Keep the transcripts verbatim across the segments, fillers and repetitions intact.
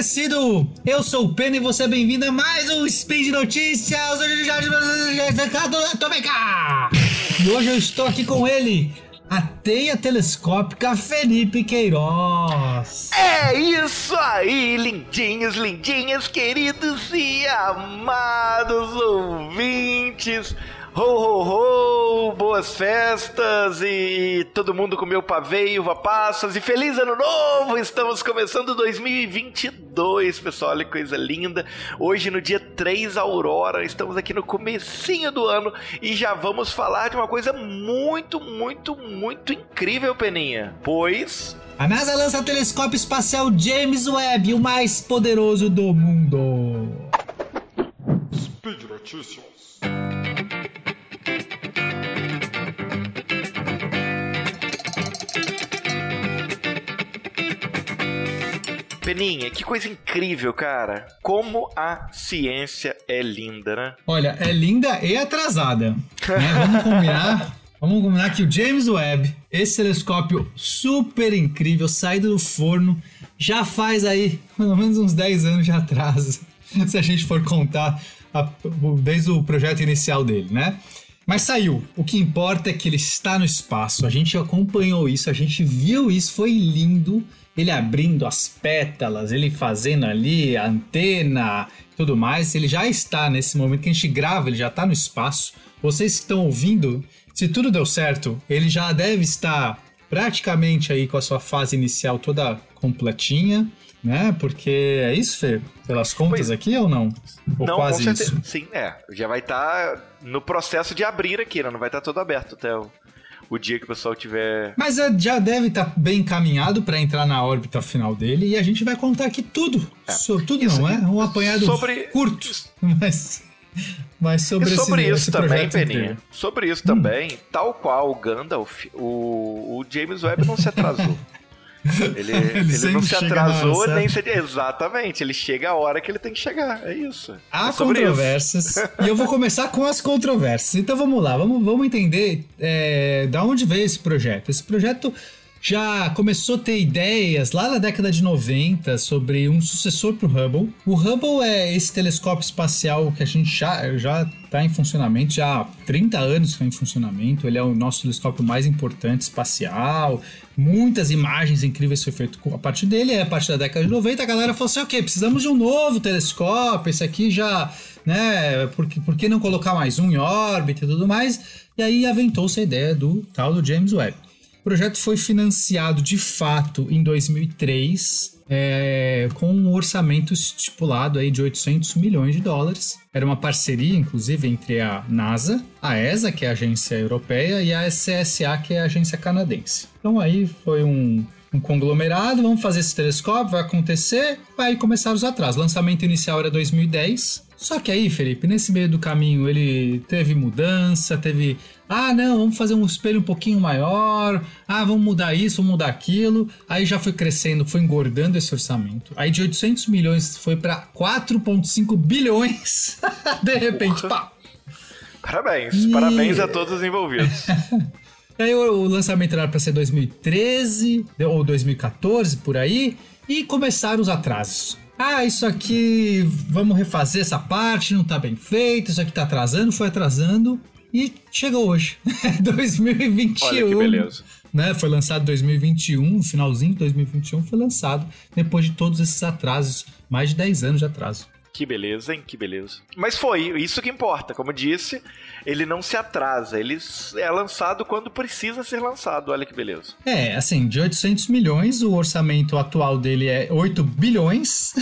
agradecido! Eu sou o Pena e você é bem-vindo a mais um Speed Notícias! Tô bem cá! E hoje eu estou aqui com ele, a teia telescópica Felipe Queiroz. É isso aí, lindinhos, lindinhas, queridos e amados ouvintes. Ho, ho, ho, boas festas e todo mundo comeu pavê e uva passas e feliz ano novo! Estamos começando dois mil e vinte e dois, pessoal, olha que coisa linda. Hoje no dia três Aurora, estamos aqui no comecinho do ano e já vamos falar de uma coisa muito, muito, muito incrível, Peninha. Pois... a NASA lança o telescópio espacial James Webb, o mais poderoso do mundo. Speed Notícias. Peninha, que coisa incrível, cara. Como a ciência é linda, né? Olha, é linda e atrasada, né? Vamos combinar, vamos combinar que o James Webb, esse telescópio super incrível, saído do forno, já faz aí pelo menos uns dez anos de atraso, se a gente for contar a, desde o projeto inicial dele, né? Mas saiu. O que importa é que ele está no espaço. A gente acompanhou isso, a gente viu isso, foi lindo. Ele abrindo as pétalas, ele fazendo ali a antena e tudo mais. Ele já está nesse momento que a gente grava, ele já está no espaço. Vocês que estão ouvindo, se tudo deu certo, ele já deve estar praticamente aí com a sua fase inicial toda completinha, né? Porque é isso, Fê? Pelas contas pois, aqui ou não? Ou não, quase com certeza. Isso? Sim, é. Já vai estar tá no processo de abrir aqui, né? Não vai estar tá todo aberto até o... o dia que o pessoal tiver... Mas já deve estar bem encaminhado para entrar na órbita final dele e a gente vai contar aqui tudo. É. So, tudo isso, não, é? Um apanhado sobre... curto. Mas, mas sobre, e sobre esse, isso esse também, Peninha. inteiro. Sobre isso hum. também, tal qual o Gandalf, o, o James Webb não se atrasou. Ele, ele, ele não se atrasou nem se... Exatamente, ele chega a hora que ele tem que chegar, é isso. Há é controvérsias, e eu vou começar com as controvérsias. Então vamos lá, vamos, vamos entender é, da onde veio esse projeto. Esse projeto já começou a ter ideias lá na década de noventa sobre um sucessor para o Hubble. O Hubble é esse telescópio espacial que a gente já já está em funcionamento, já há trinta anos que está em funcionamento. Ele é o nosso telescópio mais importante espacial. Muitas imagens incríveis foram feitas a partir dele. A partir da década de noventa a galera falou assim, ok, precisamos de um novo telescópio, esse aqui já, né, por que, por que não colocar mais um em órbita e tudo mais? E aí aventou-se a ideia do tal do James Webb. O projeto foi financiado de fato em dois mil e três, é, com um orçamento estipulado aí de oitocentos milhões de dólares. Era uma parceria, inclusive, entre a NASA, a E S A, que é a agência europeia, e a C S A, que é a agência canadense. Então aí foi um, um conglomerado, vamos fazer esse telescópio, vai acontecer, aí começaram os atrasos. O lançamento inicial era dois mil e dez, só que aí, Felipe, nesse meio do caminho ele teve mudança, teve... ah, não, vamos fazer um espelho um pouquinho maior. Ah, vamos mudar isso, vamos mudar aquilo. Aí já foi crescendo, foi engordando esse orçamento. Aí de oitocentos milhões foi para quatro vírgula cinco bilhões. De repente, pá. Parabéns, e... parabéns a todos os envolvidos. Aí o, o lançamento era para ser dois mil e treze ou dois mil e quatorze, por aí. E começaram os atrasos. Ah, isso aqui, vamos refazer essa parte, não tá bem feito, isso aqui tá atrasando, foi atrasando. E chegou hoje, dois mil e vinte e um. Olha que beleza. Né? Foi lançado em dois mil e vinte e um, no finalzinho de dois mil e vinte e um foi lançado, depois de todos esses atrasos, mais de dez anos de atraso. Que beleza, hein? Que beleza. Mas foi, isso que importa. Como disse, ele não se atrasa, ele é lançado quando precisa ser lançado. Olha que beleza. É, assim, de oitocentos milhões, o orçamento atual dele é oito bilhões.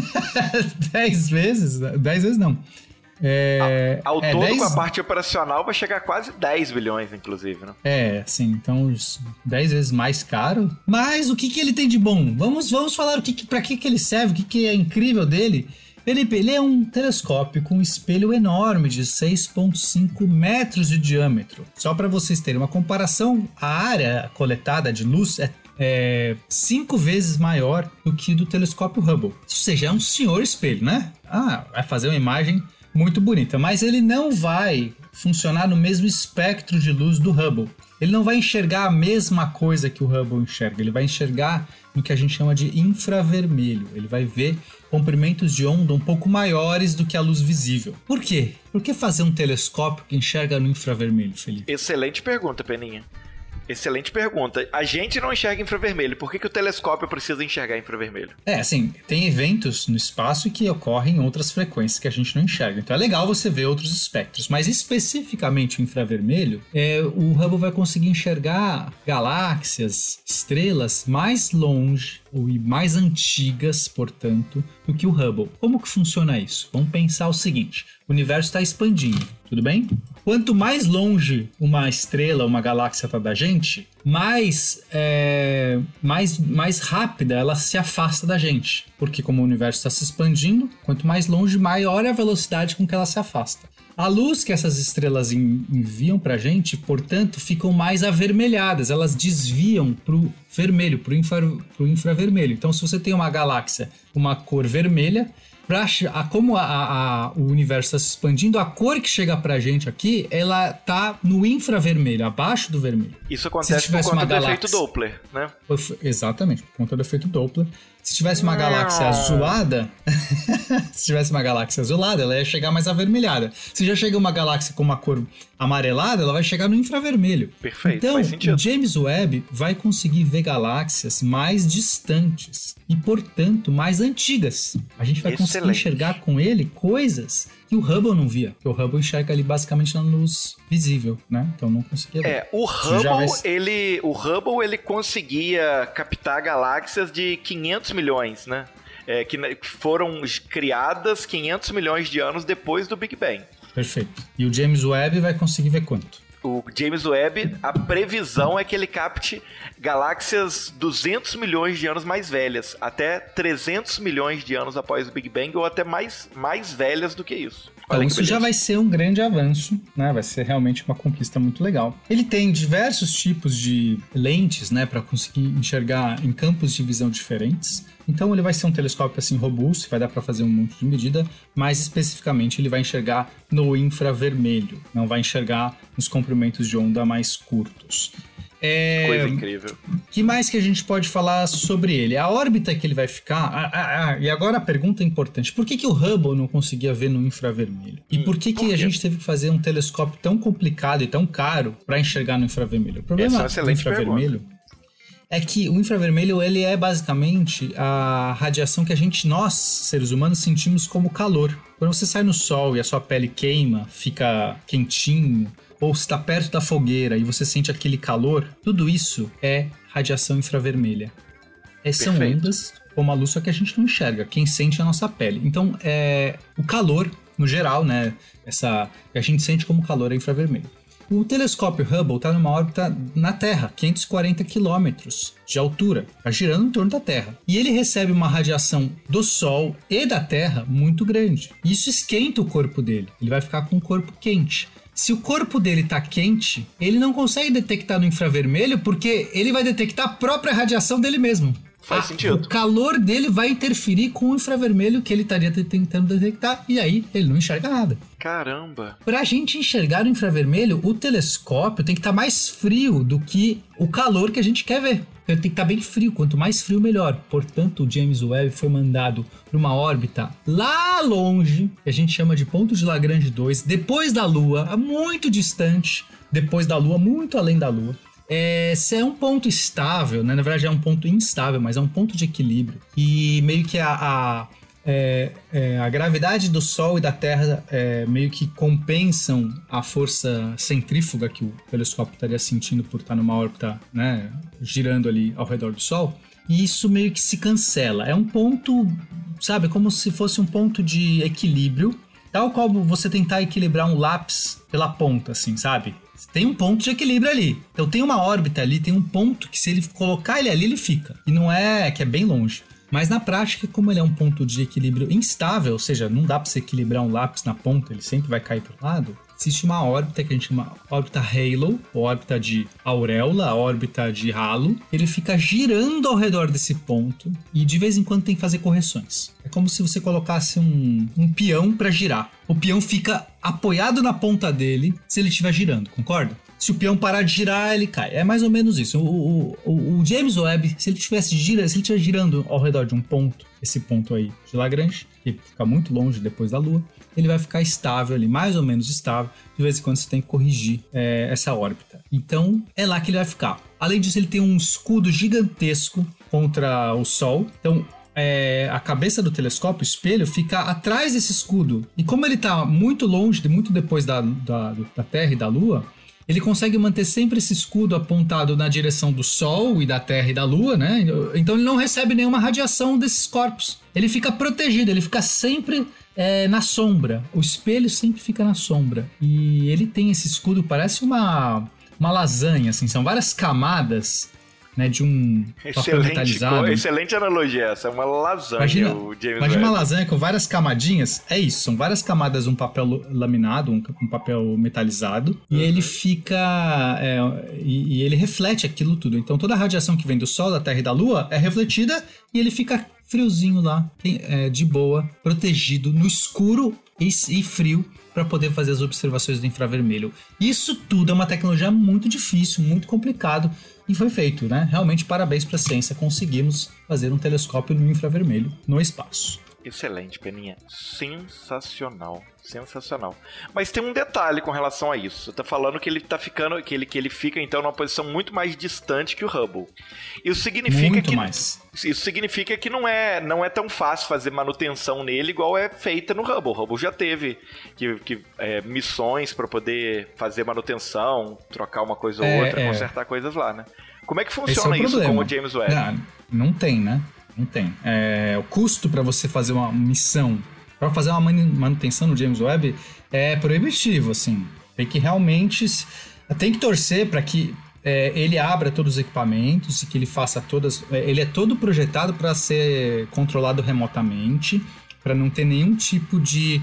dez vezes, dez vezes não. É, ao é todo, dez... com a parte operacional, vai chegar a quase dez bilhões, inclusive, né? É, sim, então dez vezes mais caro. Mas o que, que ele tem de bom? Vamos, vamos falar o que, para que, que ele serve, o que, que é incrível dele. Felipe, ele é um telescópio com um espelho enorme de seis vírgula cinco metros de diâmetro. Só para vocês terem uma comparação, a área coletada de luz é É cinco vezes maior do que do telescópio Hubble. Ou seja, é um senhor espelho, né? Ah, vai fazer uma imagem muito bonita, mas ele não vai funcionar no mesmo espectro de luz do Hubble. ele não vai enxergar a mesma coisa que o Hubble enxerga, ele vai enxergar no que a gente chama de infravermelho. Ele vai ver comprimentos de onda um pouco maiores do que a luz visível. Por quê? Por que fazer um telescópio que enxerga no infravermelho, Felipe? Excelente pergunta, Peninha. Excelente pergunta. A gente não enxerga infravermelho. Por que, que o telescópio precisa enxergar infravermelho? É, assim, tem eventos no espaço que ocorrem em outras frequências que a gente não enxerga. Então é legal você ver outros espectros. Mas especificamente o infravermelho, é, o Hubble vai conseguir enxergar galáxias, estrelas mais longe e mais antigas, portanto, do que o Hubble. Como que funciona isso? Vamos pensar o seguinte. O universo está expandindo, tudo bem? Quanto mais longe uma estrela, uma galáxia está da gente, mais, é, mais, mais rápida ela se afasta da gente. Porque como o universo está se expandindo, quanto mais longe, maior é a velocidade com que ela se afasta. A luz que essas estrelas enviam para a gente, portanto, ficam mais avermelhadas. Elas desviam para o vermelho, para o infra, infravermelho. Então, se você tem uma galáxia com uma cor vermelha, Pra, a, como a, a, o universo está se expandindo, a cor que chega pra gente aqui, ela tá no infravermelho, abaixo do vermelho. Isso acontece por conta do galáxia, efeito Doppler, né? Exatamente, por conta do efeito Doppler. Se tivesse uma galáxia azulada, se tivesse uma galáxia azulada, ela ia chegar mais avermelhada. Se já chega uma galáxia com uma cor amarelada, ela vai chegar no infravermelho. Perfeito, então, faz sentido. O James Webb vai conseguir ver galáxias mais distantes e, portanto, mais antigas. A gente vai Excelente. conseguir enxergar com ele coisas que o Hubble não via. Porque o Hubble enxerga ali basicamente na luz visível, né? Então não conseguia ver. É, o Hubble, vai... ele, o Hubble, ele conseguia captar galáxias de quinhentos milhões, né? É, que foram criadas quinhentos milhões de anos depois do Big Bang. Perfeito. E o James Webb vai conseguir ver quanto? O James Webb, a previsão é que ele capte galáxias duzentos milhões de anos mais velhas, até trezentos milhões de anos após o Big Bang, ou até mais, mais velhas do que isso. Então, isso já vai ser um grande avanço, né? Vai ser realmente uma conquista muito legal. Ele tem diversos tipos de lentes, né, para conseguir enxergar em campos de visão diferentes. Então ele vai ser um telescópio assim robusto, vai dar para fazer um monte de medida, mas especificamente ele vai enxergar no infravermelho, não vai enxergar nos comprimentos de onda mais curtos. É... Coisa incrível. Que mais que a gente pode falar sobre ele? A órbita que ele vai ficar... Ah, ah, ah, e agora a pergunta importante. Por que, que o Hubble não conseguia ver no infravermelho? E por que, que por a gente teve que fazer um telescópio tão complicado e tão caro para enxergar no infravermelho? O problema do infravermelho pergunta. é que o infravermelho ele é basicamente a radiação que a gente, nós, seres humanos, sentimos como calor. Quando você sai no sol e a sua pele queima, fica quentinho, ou se está perto da fogueira e você sente aquele calor, tudo isso é radiação infravermelha. É, são ondas como a luz, só que a gente não enxerga. Quem sente é a nossa pele. Então, é, o calor, no geral, né, essa, que a gente sente como calor é infravermelho. O telescópio Hubble está numa órbita na Terra, quinhentos e quarenta quilômetros de altura, está girando em torno da Terra. E ele recebe uma radiação do Sol e da Terra muito grande. E isso esquenta o corpo dele. Ele vai ficar com o corpo quente. Se o corpo dele está quente, ele não consegue detectar no infravermelho porque ele vai detectar a própria radiação dele mesmo. Faz ah, sentido. O calor dele vai interferir com o infravermelho que ele estaria tentando detectar e aí ele não enxerga nada. Caramba! Pra gente enxergar o infravermelho, o telescópio tem que estar mais frio do que o calor que a gente quer ver. Ele tem que estar bem frio, quanto mais frio melhor. Portanto, o James Webb foi mandado para uma órbita lá longe, que a gente chama de ponto de Lagrange dois, depois da Lua, muito distante, depois da Lua, muito além da Lua. É, se é um ponto estável, né? Na verdade é um ponto instável, mas é um ponto de equilíbrio. E meio que a, a, é, é, a gravidade do Sol e da Terra é, meio que compensam a força centrífuga que o telescópio estaria sentindo por estar numa órbita, né, girando ali ao redor do Sol. E isso meio que se cancela. É um ponto, sabe, como se fosse um ponto de equilíbrio, tal qual você tentar equilibrar um lápis pela ponta, assim, sabe? Tem um ponto de equilíbrio ali. Então tem uma órbita ali, tem um ponto que se ele colocar ele ali, ele fica. E não é que é bem longe. Mas na prática, como ele é um ponto de equilíbrio instável, ou seja, não dá para você equilibrar um lápis na ponta, ele sempre vai cair para o lado, existe uma órbita que a gente chama órbita halo, órbita de auréola, órbita de halo. Ele fica girando ao redor desse ponto e de vez em quando tem que fazer correções. É como se você colocasse um, um peão para girar. O peão fica apoiado na ponta dele se ele estiver girando, concorda? Se o peão parar de girar, ele cai. É mais ou menos isso. O, o, o James Webb, se ele tivesse gira, se ele estiver girando ao redor de um ponto, esse ponto aí de Lagrange, que fica muito longe depois da Lua, ele vai ficar estável ali, mais ou menos estável. De vez em quando você tem que corrigir é, essa órbita. Então, é lá que ele vai ficar. Além disso, ele tem um escudo gigantesco contra o Sol. Então, é, a cabeça do telescópio, o espelho, fica atrás desse escudo. E como ele está muito longe, muito depois da, da, da Terra e da Lua, ele consegue manter sempre esse escudo apontado na direção do Sol e da Terra e da Lua, né? Então ele não recebe nenhuma radiação desses corpos. Ele fica protegido, ele fica sempre é, na sombra. O espelho sempre fica na sombra. E ele tem esse escudo, parece uma, uma lasanha, assim. São várias camadas, né, de um papel metalizado. Excelente analogia essa, é uma lasanha. Imagina, o James imagina uma Webb. lasanha com várias camadinhas. É isso, são várias camadas de um papel laminado, um, um papel metalizado. Uhum. E ele fica... É, e, e ele reflete aquilo tudo. Então toda a radiação que vem do Sol, da Terra e da Lua é refletida e ele fica friozinho lá, é, de boa, protegido, no escuro e, e frio, para poder fazer as observações do infravermelho. Isso tudo é uma tecnologia muito difícil, muito complicado, e foi feito, né? Realmente, parabéns para a ciência, conseguimos fazer um telescópio no infravermelho no espaço. Excelente, Peninha. Sensacional. Sensacional. Mas tem um detalhe com relação a isso. Você tá falando que ele tá ficando, que ele, que ele fica então numa posição muito mais distante que o Hubble. Isso significa muito que mais. Isso significa que não é, não é tão fácil fazer manutenção nele igual é feita no Hubble. O Hubble já teve que, que, é, missões para poder fazer manutenção, trocar uma coisa ou é, outra, é. consertar coisas lá, né? Como é que funciona é isso com o James Webb? Não, não tem, né? Não tem. É, o custo para você fazer uma missão, para fazer uma manutenção no James Webb é proibitivo, assim. Tem que realmente... Tem que torcer para que é, ele abra todos os equipamentos e que ele faça todas... Ele é todo projetado para ser controlado remotamente, para não ter nenhum tipo de,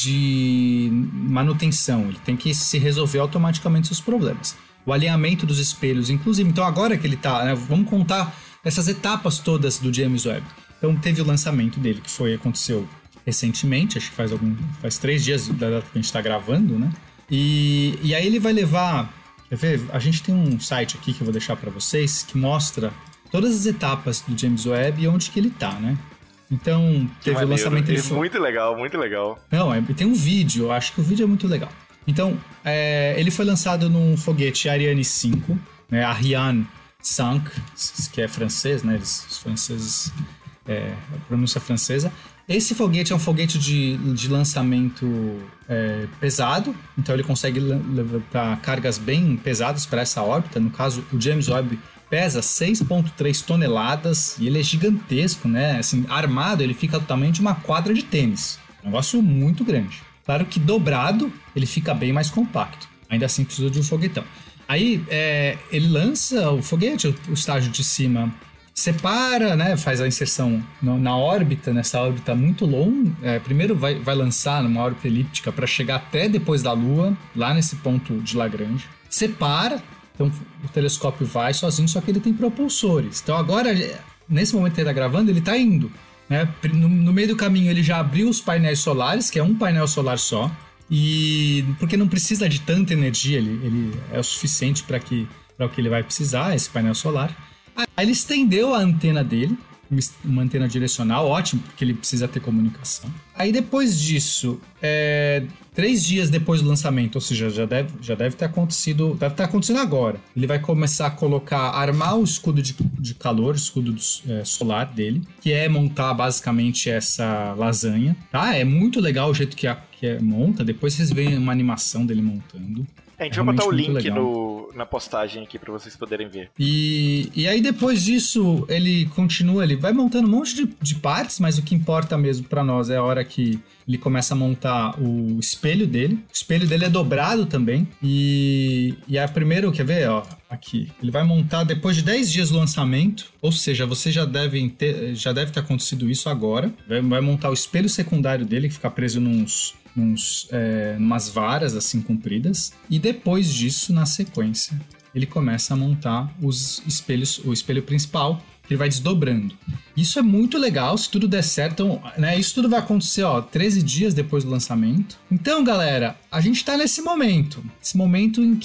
de manutenção. Ele tem que se resolver automaticamente seus problemas. O alinhamento dos espelhos, inclusive. Então agora que ele está... Né, vamos contar essas etapas todas do James Webb. Então teve o lançamento dele, que foi, aconteceu recentemente, acho que faz algum, faz três dias da data que a gente está gravando, né? E, e aí ele vai levar... Quer ver? A gente tem um site aqui que eu vou deixar para vocês, que mostra todas as etapas do James Webb e onde que ele tá, né? Então, teve o lançamento... É muito legal, muito legal. Não, é, tem um vídeo, eu acho que o vídeo é muito legal. Então, é, ele foi lançado num foguete Ariane cinco, né? Ariane cinco, que é francês, né? Os franceses... É, a pronúncia francesa. Esse foguete é um foguete de, de lançamento é, pesado, então ele consegue levantar cargas bem pesadas para essa órbita. No caso, o James Webb pesa seis vírgula três toneladas e ele é gigantesco, né? Assim, armado, ele fica totalmente uma quadra de tênis. Um negócio muito grande. Claro que dobrado, ele fica bem mais compacto. Ainda assim, precisa de um foguetão. Aí, é, ele lança o foguete, o, o estágio de cima... separa, né, faz a inserção no, na órbita, nessa órbita muito longa. É, primeiro vai, vai lançar numa órbita elíptica para chegar até depois da Lua, lá nesse ponto de Lagrange. Separa, então o telescópio vai sozinho, só que ele tem propulsores. Então agora, nesse momento que ele está gravando, ele está indo. Né? No, no meio do caminho ele já abriu os painéis solares, que é um painel solar só, e porque não precisa de tanta energia, ele, ele é o suficiente para que, para o que ele vai precisar, esse painel solar. Aí ele estendeu a antena dele, uma antena direcional, ótimo, porque ele precisa ter comunicação. Aí depois disso, é, três dias depois do lançamento, ou seja, já deve, já deve ter acontecido, deve estar acontecendo agora. Ele vai começar a colocar, armar o escudo de, de calor, o escudo do, é, solar dele, que é montar basicamente essa lasanha, tá? É muito legal o jeito que, a, que é, monta, depois vocês veem uma animação dele montando. É, a gente é vai botar o link no, na postagem aqui pra vocês poderem ver. E, e aí depois disso, ele continua, ele vai montando um monte de, de partes, mas o que importa mesmo pra nós é a hora que ele começa a montar o espelho dele. O espelho dele é dobrado também. E, e a primeiro, quer ver, ó, aqui. Ele vai montar depois de dez dias do lançamento, ou seja, você já deve ter, já deve ter acontecido isso agora. Vai, vai montar o espelho secundário dele, que fica preso nos... Uns, é, umas varas assim compridas, e depois disso, na sequência, ele começa a montar os espelhos, o espelho principal, que ele vai desdobrando. Isso é muito legal, se tudo der certo. Então, né, isso tudo vai acontecer, ó, treze dias depois do lançamento. Então, galera, a gente tá nesse momento. Esse momento em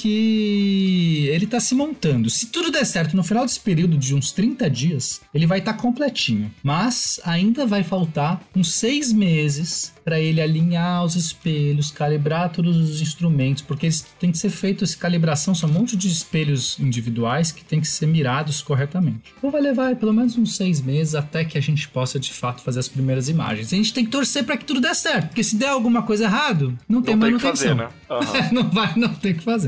que ele tá se montando. Se tudo der certo, no final desse período de uns trinta dias, ele vai estar tá completinho. Mas ainda vai faltar uns seis meses para ele alinhar os espelhos, calibrar todos os instrumentos, porque eles têm que ser feito essa calibração, são um monte de espelhos individuais que tem que ser mirados corretamente. Então vai levar pelo menos uns seis meses até que a gente possa de fato fazer as primeiras imagens. E a gente tem que torcer para que tudo dê certo, porque se der alguma coisa errado, não tem não manutenção. Tem que fazer, né? Uhum. não vai, não tem que fazer.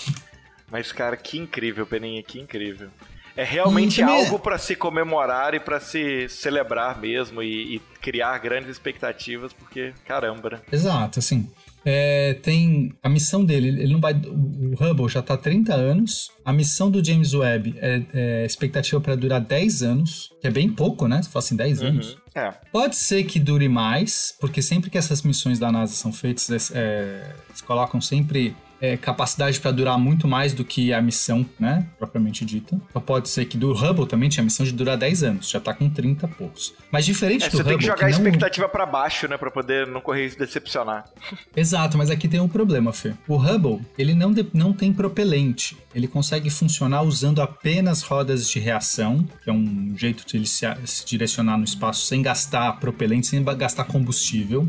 Mas cara, que incrível, Peninha, que incrível. É realmente algo para se comemorar e para se celebrar mesmo e, e criar grandes expectativas, porque caramba, né? Exato, assim. É, tem a missão dele, ele não vai. O Hubble já tá há trinta anos. A missão do James Webb é, é expectativa para durar dez anos, que é bem pouco, né? Se fossem dez anos. Uhum, é. Pode ser que dure mais, porque sempre que essas missões da NASA são feitas, é, eles colocam sempre. É, capacidade para durar muito mais do que a missão, né, propriamente dita. Só pode ser que do Hubble também tinha a missão de durar dez anos, já tá com trinta e poucos. Mas diferente é, do Hubble... Você tem Hubble, que jogar que a não... expectativa para baixo, né, para poder não correr e se decepcionar. Exato, mas aqui tem um problema, Fê. O Hubble, ele não, de... não tem propelente. Ele consegue funcionar usando apenas rodas de reação, que é um jeito de ele se, se direcionar no espaço sem gastar propelente, sem gastar combustível.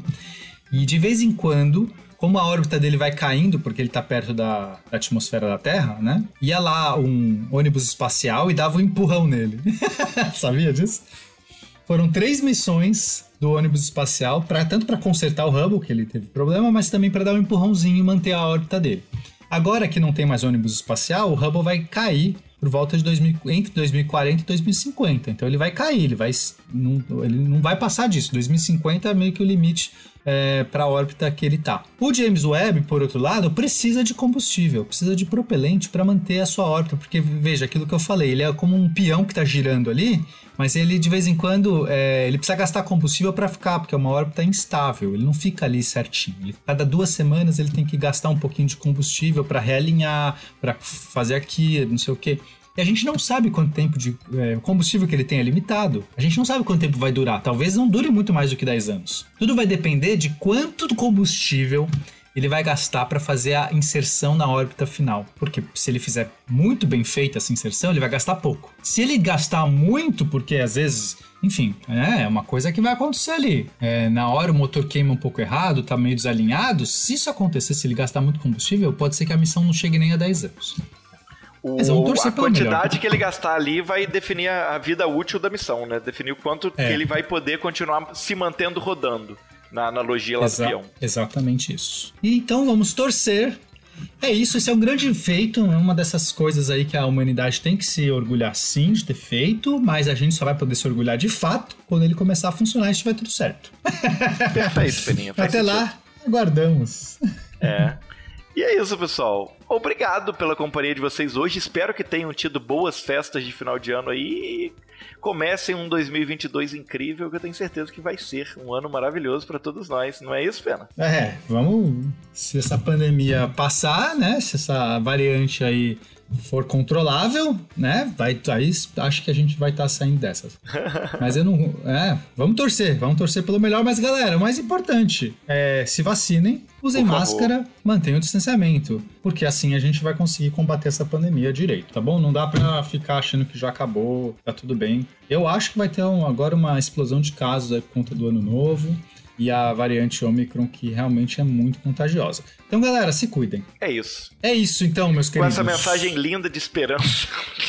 E de vez em quando... Como a órbita dele vai caindo, porque ele está perto da, da atmosfera da Terra, né? Ia lá um ônibus espacial e dava um empurrão nele. Sabia disso? Foram três missões do ônibus espacial, pra, tanto para consertar o Hubble, que ele teve problema, mas também para dar um empurrãozinho e manter a órbita dele. Agora que não tem mais ônibus espacial, o Hubble vai cair por volta de dois mil, entre dois mil e quarenta e dois mil e cinquenta. Então ele vai cair, ele, vai, não, ele não vai passar disso. dois mil e cinquenta é meio que o limite é, para a órbita que ele tá. O James Webb, por outro lado, precisa de combustível, precisa de propelente para manter a sua órbita, porque veja, aquilo que eu falei, ele é como um peão que está girando ali, mas ele de vez em quando é, ele precisa gastar combustível para ficar, porque é uma órbita instável, ele não fica ali certinho. Ele, cada duas semanas ele tem que gastar um pouquinho de combustível para realinhar, para fazer aqui, não sei o que. E a gente não sabe quanto tempo de é, combustível que ele tem é limitado. A gente não sabe quanto tempo vai durar. Talvez não dure muito mais do que dez anos. Tudo vai depender de quanto combustível ele vai gastar para fazer a inserção na órbita final. Porque se ele fizer muito bem feita essa inserção, ele vai gastar pouco. Se ele gastar muito, porque às vezes... Enfim, é uma coisa que vai acontecer ali. É, na hora o motor queima um pouco errado, tá meio desalinhado. Se isso acontecer, se ele gastar muito combustível, pode ser que a missão não chegue nem a dez anos. O, a quantidade melhor. que ele gastar ali vai definir a vida útil da missão, né? Definir o quanto é. que ele vai poder continuar se mantendo rodando, na analogia lá Exa- do peão. Exatamente isso. E então vamos torcer. É isso, esse é um grande feito, é uma dessas coisas aí que a humanidade tem que se orgulhar sim de ter feito, mas a gente só vai poder se orgulhar de fato quando ele começar a funcionar e estiver tudo certo. Perfeito, Peninha. Até sentido. Lá, aguardamos. É. E é isso, pessoal. Obrigado pela companhia de vocês hoje. Espero que tenham tido boas festas de final de ano aí. Comecem um dois mil e vinte e dois incrível, que eu tenho certeza que vai ser um ano maravilhoso para todos nós. Não é isso, Pena? É, vamos... Se essa pandemia passar, né? Se essa variante aí for controlável, né? Vai, aí acho que a gente vai estar tá saindo dessas. Mas eu não... É, vamos torcer. Vamos torcer pelo melhor. Mas, galera, o mais importante é se vacinem, usem máscara, mantenham o distanciamento. Porque assim a gente vai conseguir combater essa pandemia direito, tá bom? Não dá pra ficar achando que já acabou, tá tudo bem. Eu acho que vai ter um, agora uma explosão de casos aí por conta do ano novo. E a variante Omicron, que realmente é muito contagiosa. Então, galera, se cuidem. É isso. É isso, então, meus queridos. Com essa mensagem linda de esperança,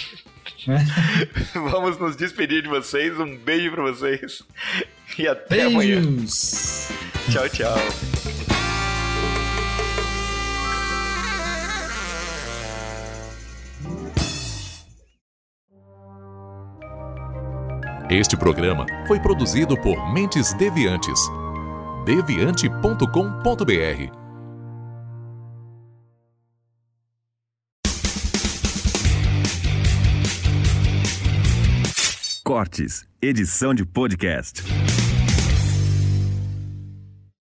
é. Vamos nos despedir de vocês. Um beijo pra vocês. E até Beijos. Amanhã. Tchau, tchau. Este programa foi produzido por Mentes Deviantes. deviante ponto com ponto b r. Cortes, edição de podcast.